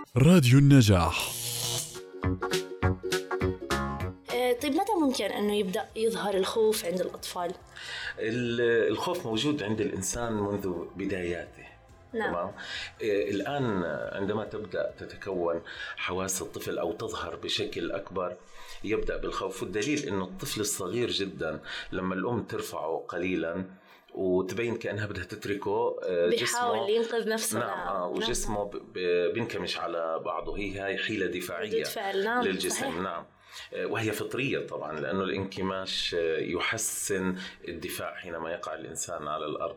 راديو النجاح. طيب متى ممكن أنه يبدأ يظهر الخوف عند الأطفال؟ الخوف موجود عند الإنسان منذ بداياته. نعم. تمام. الآن عندما تبدأ تتكون حواس الطفل أو تظهر بشكل أكبر يبدأ بالخوف، والدليل أنه الطفل الصغير جدا لما الأم ترفعه قليلا وتبين كأنها بدها تتركه بيحاول ينقذ نفسه. نعم. وجسمه بينكمش على بعضه. هي حيلة دفاعية للجسم. صحيح. نعم. وهي فطرية طبعا، لأنه الانكماش يحسن الدفاع حينما يقع الإنسان على الأرض.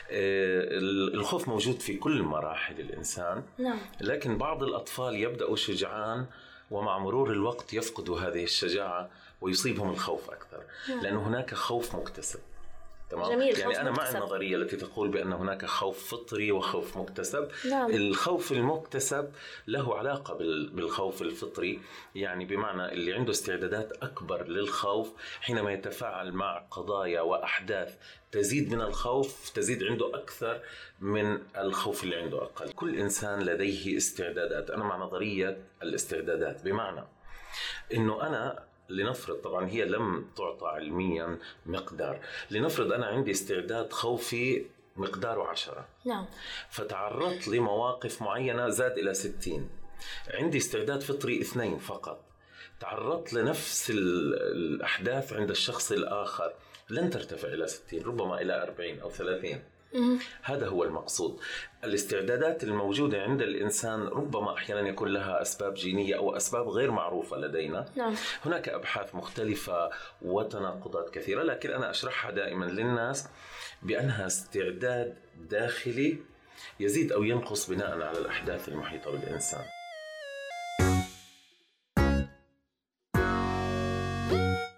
الخوف موجود في كل مراحل الإنسان. نعم. لكن بعض الأطفال يبدأوا شجعان ومع مرور الوقت يفقدوا هذه الشجاعة ويصيبهم الخوف أكثر. نعم. لأنه هناك خوف مكتسب. تمام. جميل. يعني أنا مع النظرية التي تقول بأن هناك خوف فطري وخوف مكتسب. نعم. الخوف المكتسب له علاقة بالخوف الفطري، يعني بمعنى اللي عنده استعدادات أكبر للخوف حينما يتفاعل مع قضايا وأحداث تزيد من الخوف، تزيد عنده أكثر من الخوف اللي عنده أقل. كل إنسان لديه استعدادات. أنا مع نظرية الاستعدادات، بمعنى إنه أنا لنفرض، طبعا هي لم تعطى علميا مقدار، لنفرض أنا عندي استعداد خوفي مقداره 10. نعم. فتعرضت لمواقف معينة زاد إلى 60. عندي استعداد فطري 2 فقط. تعرضت لنفس الأحداث عند الشخص الآخر لن ترتفع إلى 60، ربما إلى 40 أو 30. هذا هو المقصود. الاستعدادات الموجودة عند الإنسان ربما أحيانا يكون لها أسباب جينية أو أسباب غير معروفة لدينا. نعم. هناك أبحاث مختلفة وتناقضات كثيرة، لكن أنا أشرحها دائما للناس بأنها استعداد داخلي يزيد أو ينقص بناء على الأحداث المحيطة بالإنسان.